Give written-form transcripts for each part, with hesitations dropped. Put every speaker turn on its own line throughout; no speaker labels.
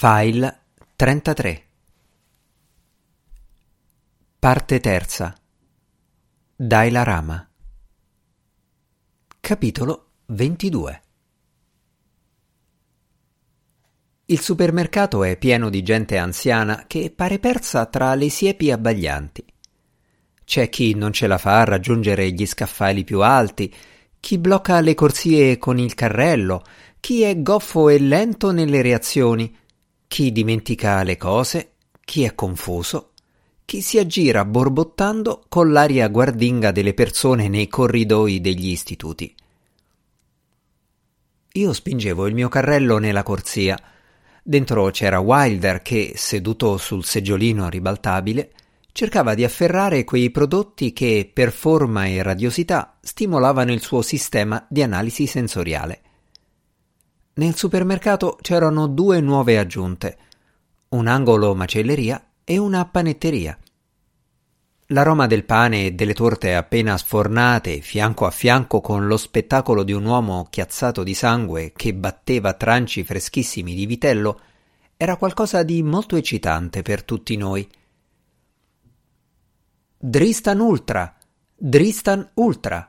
File 33. Parte terza. Daila Rama. Capitolo 22. Il supermercato è pieno di gente anziana che pare persa tra le siepi abbaglianti. C'è chi non ce la fa a raggiungere gli scaffali più alti, chi blocca le corsie con il carrello, chi è goffo e lento nelle reazioni, chi dimentica le cose, chi è confuso, chi si aggira borbottando con l'aria guardinga delle persone nei corridoi degli istituti. Io spingevo il mio carrello nella corsia. Dentro c'era Wilder che, seduto sul seggiolino ribaltabile, cercava di afferrare quei prodotti che, per forma e radiosità, stimolavano il suo sistema di analisi sensoriale. Nel supermercato c'erano 2 nuove aggiunte, un angolo macelleria e una panetteria. L'aroma del pane e delle torte appena sfornate, fianco a fianco con lo spettacolo di un uomo chiazzato di sangue che batteva tranci freschissimi di vitello, era qualcosa di molto eccitante per tutti noi. Dristan Ultra! Dristan Ultra!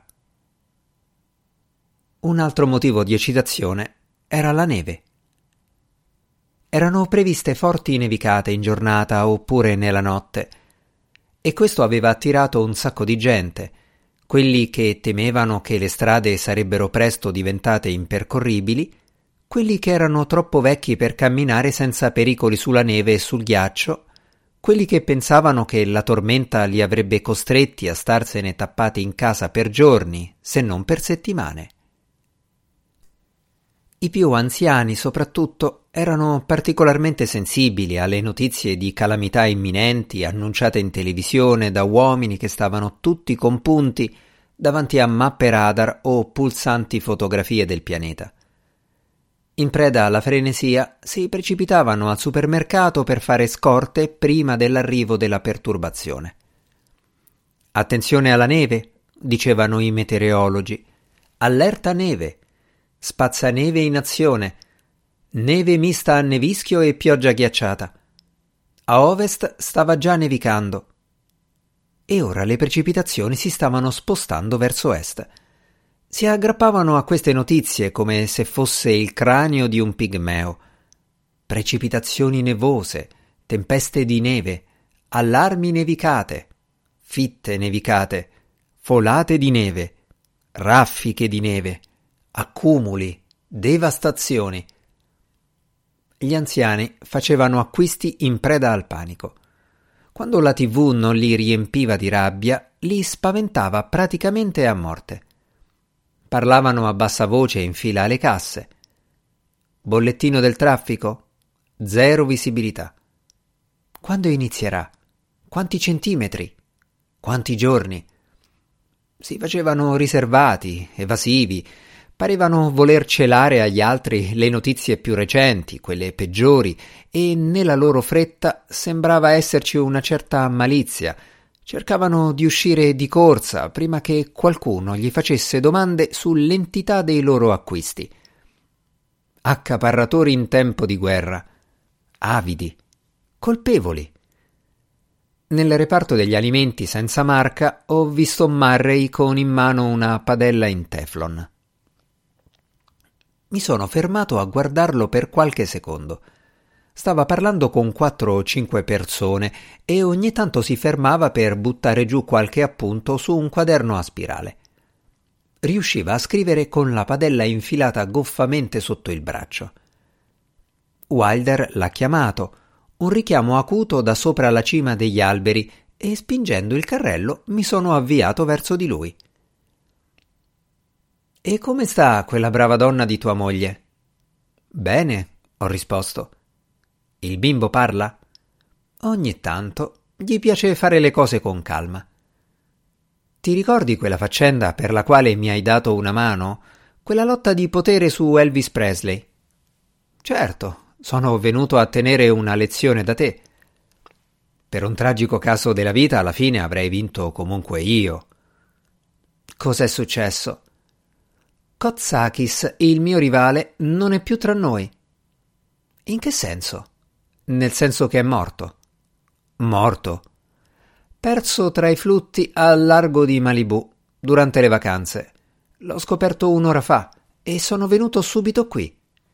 Un altro motivo di eccitazione era la neve. Erano previste forti nevicate in giornata oppure nella notte, e questo aveva attirato un sacco di gente, quelli che temevano che le strade sarebbero presto diventate impercorribili, quelli che erano troppo vecchi per camminare senza pericoli sulla neve e sul ghiaccio, quelli che pensavano che la tormenta li avrebbe costretti a starsene tappati in casa per giorni, se non per settimane. I più anziani, soprattutto, erano particolarmente sensibili alle notizie di calamità imminenti annunciate in televisione da uomini che stavano tutti compunti davanti a mappe radar o pulsanti fotografie del pianeta. In preda alla frenesia, si precipitavano al supermercato per fare scorte prima dell'arrivo della perturbazione. Attenzione alla neve, dicevano i meteorologi. Allerta neve. Spazzaneve in azione. Neve mista a nevischio e pioggia ghiacciata. A ovest stava già nevicando. E ora le precipitazioni si stavano spostando verso est. Si aggrappavano a queste notizie come se fosse il cranio di un pigmeo. Precipitazioni nevose, tempeste di neve, allarmi nevicate, fitte nevicate, folate di neve, raffiche di neve, accumuli, devastazioni. Gli anziani facevano acquisti in preda al panico. Quando la TV non li riempiva di rabbia, li spaventava praticamente a morte. Parlavano a bassa voce in fila alle casse. Bollettino del traffico? 0 visibilità. Quando inizierà? Quanti centimetri? Quanti giorni? Si facevano riservati, evasivi, parevano voler celare agli altri le notizie più recenti, quelle peggiori, e nella loro fretta sembrava esserci una certa malizia. Cercavano di uscire di corsa prima che qualcuno gli facesse domande sull'entità dei loro acquisti. Accaparratori in tempo di guerra, avidi, colpevoli. Nel reparto degli alimenti senza marca ho visto Murray con in mano una padella in teflon. Mi sono fermato a guardarlo per qualche secondo. Stava parlando con 4 o 5 persone e ogni tanto si fermava per buttare giù qualche appunto su un quaderno a spirale. Riusciva a scrivere con la padella infilata goffamente sotto il braccio. Wilder l'ha chiamato, un richiamo acuto da sopra la cima degli alberi, e spingendo il carrello mi sono avviato verso di lui. «E come sta quella brava donna di tua moglie?» «Bene», ho risposto. «Il bimbo parla?» «Ogni tanto. Gli piace fare le cose con calma». «Ti ricordi quella faccenda per la quale mi hai dato una mano? Quella lotta di potere su Elvis Presley?» «Certo, sono venuto a tenere una lezione da te. Per un tragico caso della vita alla fine avrei vinto comunque io». «Cos'è successo?» «Kotsakis, il mio rivale, non è più tra noi». «In che senso?» Nel senso che è morto. Morto. Perso tra i flutti al largo di Malibu, durante le vacanze. L'ho scoperto un'ora fa e sono venuto subito qui.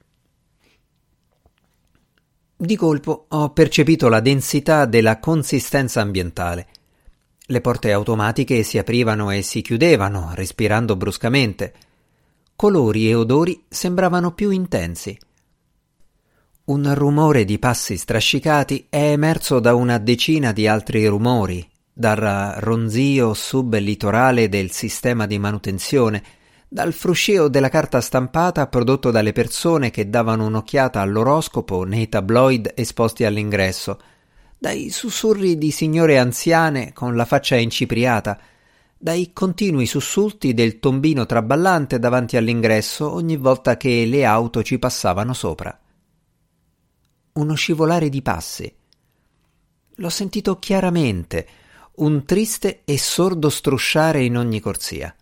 Di colpo ho percepito la densità della consistenza ambientale. Le porte automatiche si aprivano e si chiudevano, respirando bruscamente. Colori e odori sembravano più intensi. Un rumore di passi strascicati è emerso da una decina di altri rumori, dal ronzio sublitorale del sistema di manutenzione, dal fruscio della carta stampata prodotto dalle persone che davano un'occhiata all'oroscopo nei tabloid esposti all'ingresso, dai sussurri di signore anziane con la faccia incipriata, dai continui sussulti del tombino traballante davanti all'ingresso ogni volta che le auto ci passavano sopra. Uno scivolare di passi. L'ho sentito chiaramente, un triste e sordo strusciare in ogni corsia.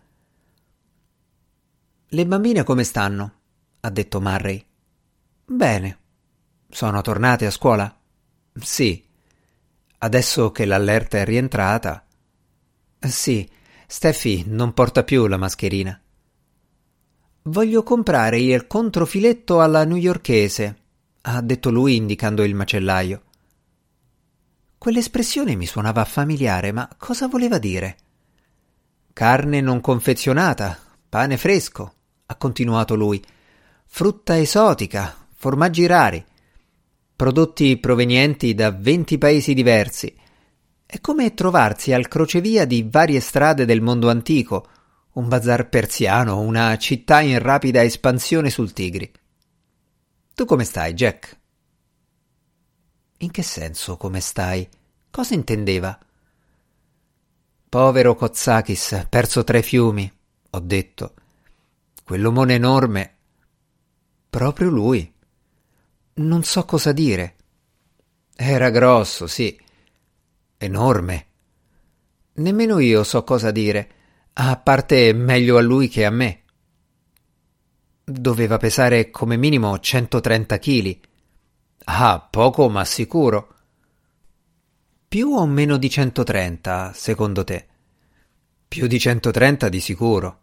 «Le bambine come stanno?» ha detto Murray. «Bene. Sono tornate a scuola?» «Sì. Adesso che l'allerta è rientrata?» «Sì. Steffi non porta più la mascherina». «Voglio comprare il controfiletto alla newyorkese», ha detto lui indicando il macellaio. Quell'espressione mi suonava familiare, ma cosa voleva dire? «Carne non confezionata, pane fresco», ha continuato lui, «frutta esotica, formaggi rari, prodotti provenienti da 20 paesi diversi. È come trovarsi al crocevia di varie strade del mondo antico, un bazar persiano, una città in rapida espansione sul Tigri. Tu come stai, Jack?» «In che senso come stai? Cosa intendeva?» «Povero Kotsakis, perso tra i fiumi», ho detto. «Quell'omone enorme». «Proprio lui?» «Non so cosa dire». «Era grosso, sì. Enorme». «Nemmeno io so cosa dire, a parte meglio a lui che a me». «Doveva pesare come minimo 130 chili». «Ah, poco ma sicuro». «Più o meno di 130, secondo te?» «Più di 130 di sicuro».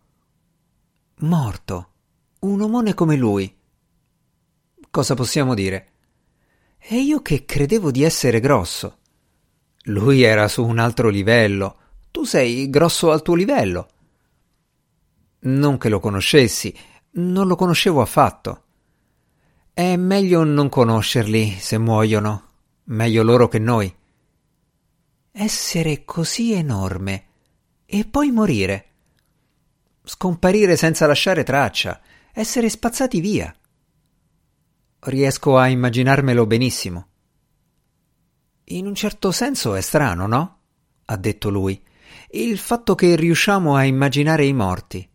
«Morto. Un omone come lui». «Cosa possiamo dire?» «E io che credevo di essere grosso». «Lui era su un altro livello. Tu sei grosso al tuo livello». «Non che lo conoscessi. Non lo conoscevo affatto». «È meglio non conoscerli se muoiono. Meglio loro che noi». «Essere così enorme e poi morire. Scomparire senza lasciare traccia, essere spazzati via». «Riesco a immaginarmelo benissimo». «In un certo senso è strano, no?» ha detto lui. «Il fatto che riusciamo a immaginare i morti».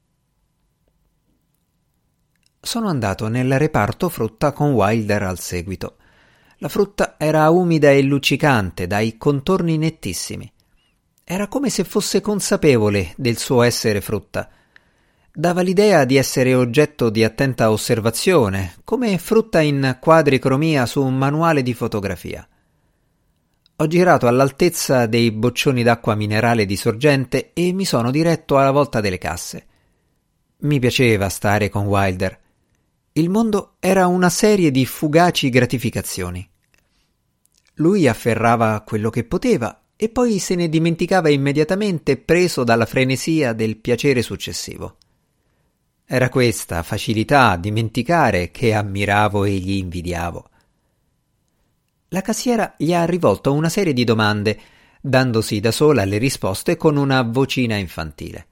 Sono andato nel reparto frutta con Wilder al seguito. La frutta era umida e luccicante, dai contorni nettissimi. Era come se fosse consapevole del suo essere frutta. Dava l'idea di essere oggetto di attenta osservazione, come frutta in quadricromia su un manuale di fotografia. Ho girato all'altezza dei boccioni d'acqua minerale di sorgente e mi sono diretto alla volta delle casse. Mi piaceva stare con Wilder. Il mondo era una serie di fugaci gratificazioni. Lui afferrava quello che poteva e poi se ne dimenticava immediatamente, preso dalla frenesia del piacere successivo. Era questa facilità a dimenticare che ammiravo e gli invidiavo. La cassiera gli ha rivolto una serie di domande, dandosi da sola le risposte con una vocina infantile.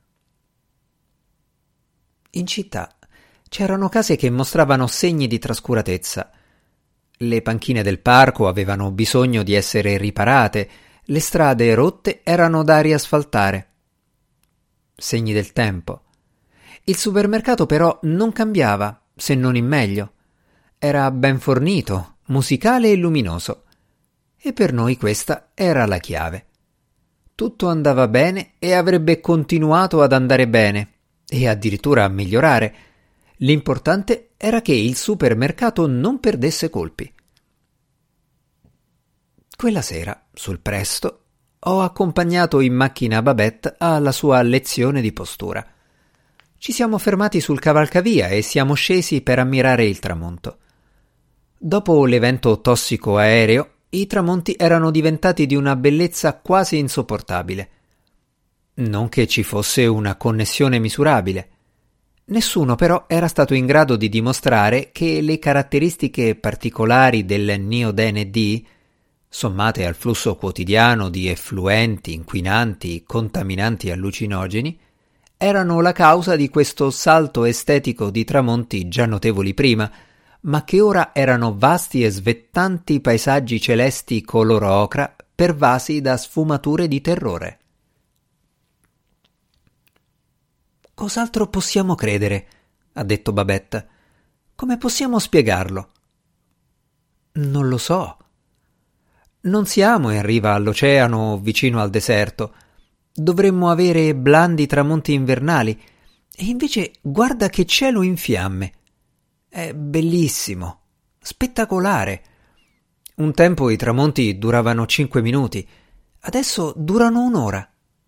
In città c'erano case che mostravano segni di trascuratezza. Le panchine del parco avevano bisogno di essere riparate, le strade rotte erano da riasfaltare. Segni del tempo. Il supermercato però non cambiava, se non in meglio. Era ben fornito, musicale e luminoso. E per noi questa era la chiave. Tutto andava bene e avrebbe continuato ad andare bene, e addirittura a migliorare. L'importante era che il supermercato non perdesse colpi. Quella sera, sul presto, ho accompagnato in macchina Babette alla sua lezione di postura. Ci siamo fermati sul cavalcavia e siamo scesi per ammirare il tramonto. Dopo l'evento tossico aereo, i tramonti erano diventati di una bellezza quasi insopportabile. Non che ci fosse una connessione misurabile. Nessuno però era stato in grado di dimostrare che le caratteristiche particolari del Neodene D, sommate al flusso quotidiano di effluenti, inquinanti, contaminanti e allucinogeni, erano la causa di questo salto estetico di tramonti già notevoli prima, ma che ora erano vasti e svettanti paesaggi celesti color ocra pervasi da sfumature di terrore. «Cos'altro possiamo credere?» ha detto Babette. «Come possiamo spiegarlo?» «Non lo so. Non siamo in riva all'oceano vicino al deserto. Dovremmo avere blandi tramonti invernali. E invece guarda che cielo in fiamme. È bellissimo, spettacolare. Un tempo i tramonti duravano 5 minuti, adesso durano un'ora.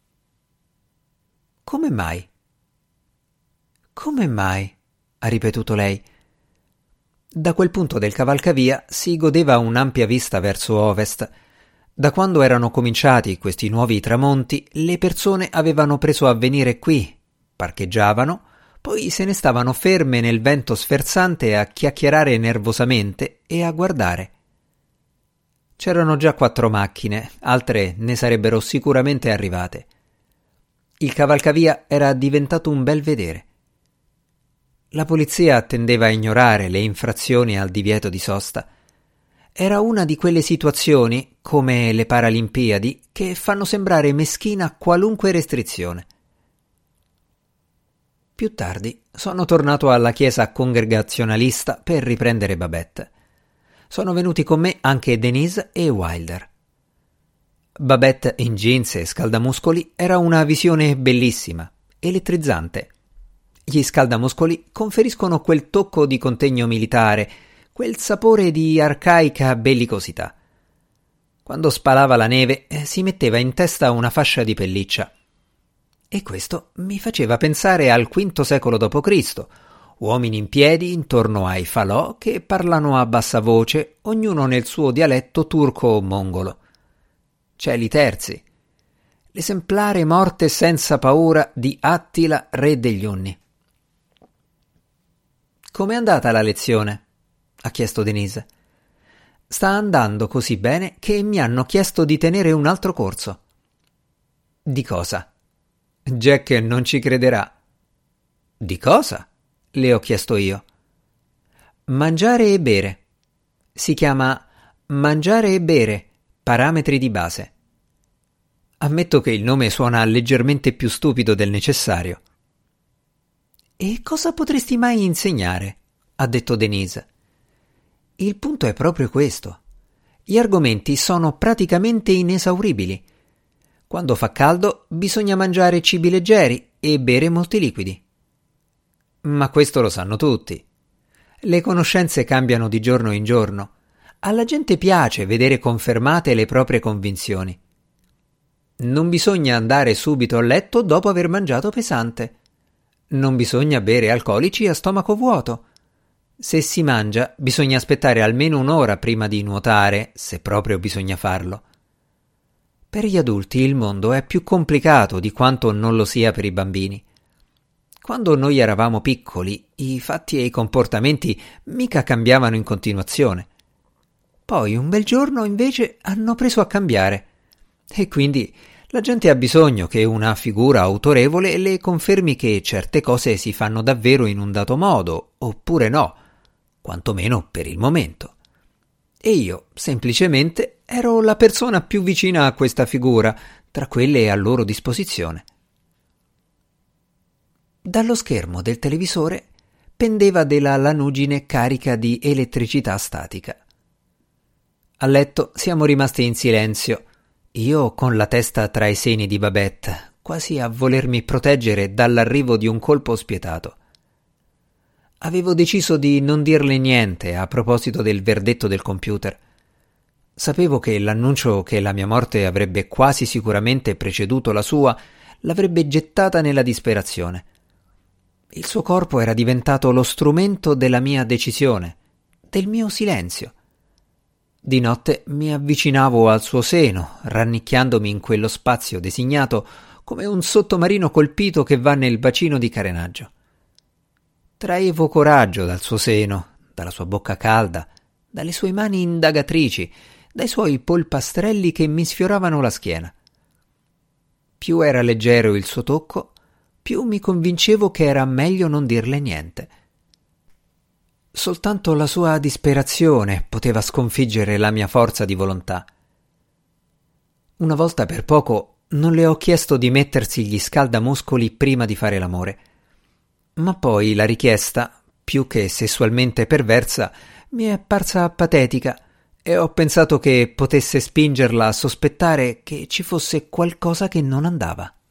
Come mai? Come mai? Ha ripetuto lei. Da quel punto del cavalcavia si godeva un'ampia vista verso ovest. Da quando erano cominciati questi nuovi tramonti, le persone avevano preso a venire qui, parcheggiavano, poi se ne stavano ferme nel vento sferzante a chiacchierare nervosamente e a guardare. C'erano già 4 macchine, altre ne sarebbero sicuramente arrivate. Il cavalcavia era diventato un bel vedere. La polizia tendeva a ignorare le infrazioni al divieto di sosta. Era una di quelle situazioni, come le Paralimpiadi, che fanno sembrare meschina qualunque restrizione. Più tardi sono tornato alla chiesa congregazionalista per riprendere Babette. Sono venuti con me anche Denise e Wilder. Babette in jeans e scaldamuscoli era una visione bellissima, elettrizzante. Gli scaldamuscoli conferiscono quel tocco di contegno militare, quel sapore di arcaica bellicosità. Quando spalava la neve si metteva in testa una fascia di pelliccia. E questo mi faceva pensare al V secolo d.C., uomini in piedi intorno ai falò che parlano a bassa voce, ognuno nel suo dialetto turco o mongolo. Cieli terzi. L'esemplare morte senza paura di Attila, re degli Unni. «Com'è andata la lezione?» ha chiesto Denise. «Sta andando così bene che mi hanno chiesto di tenere un altro corso». «Di cosa?» «Jack non ci crederà». «Di cosa?» le ho chiesto io. «Mangiare e bere. Si chiama Mangiare e bere, parametri di base». Ammetto che il nome suona leggermente più stupido del necessario. «E cosa potresti mai insegnare?» ha detto Denise. «Il punto è proprio questo. Gli argomenti sono praticamente inesauribili. Quando fa caldo bisogna mangiare cibi leggeri e bere molti liquidi». «Ma questo lo sanno tutti. Le conoscenze cambiano di giorno in giorno. Alla gente piace vedere confermate le proprie convinzioni. Non bisogna andare subito a letto dopo aver mangiato pesante. Non bisogna bere alcolici a stomaco vuoto. Se si mangia, bisogna aspettare almeno un'ora prima di nuotare, se proprio bisogna farlo. Per gli adulti il mondo è più complicato di quanto non lo sia per i bambini. Quando noi eravamo piccoli, i fatti e i comportamenti mica cambiavano in continuazione. Poi un bel giorno invece hanno preso a cambiare. E quindi la gente ha bisogno che una figura autorevole le confermi che certe cose si fanno davvero in un dato modo, oppure no, quantomeno per il momento. E io, semplicemente, ero la persona più vicina a questa figura, tra quelle a loro disposizione. Dallo schermo del televisore pendeva della lanugine carica di elettricità statica. A letto siamo rimasti in silenzio, io con la testa tra i seni di Babette, quasi a volermi proteggere dall'arrivo di un colpo spietato. Avevo deciso di non dirle niente a proposito del verdetto del computer. Sapevo che l'annuncio che la mia morte avrebbe quasi sicuramente preceduto la sua l'avrebbe gettata nella disperazione. Il suo corpo era diventato lo strumento della mia decisione, del mio silenzio. Di notte mi avvicinavo al suo seno, rannicchiandomi in quello spazio designato come un sottomarino colpito che va nel bacino di carenaggio. Traevo coraggio dal suo seno, dalla sua bocca calda, dalle sue mani indagatrici, dai suoi polpastrelli che mi sfioravano la schiena. Più era leggero il suo tocco, più mi convincevo che era meglio non dirle niente. Soltanto la sua disperazione poteva sconfiggere la mia forza di volontà. Una volta per poco non le ho chiesto di mettersi gli scaldamuscoli prima di fare l'amore, ma poi la richiesta, più che sessualmente perversa, mi è parsa patetica e ho pensato che potesse spingerla a sospettare che ci fosse qualcosa che non andava.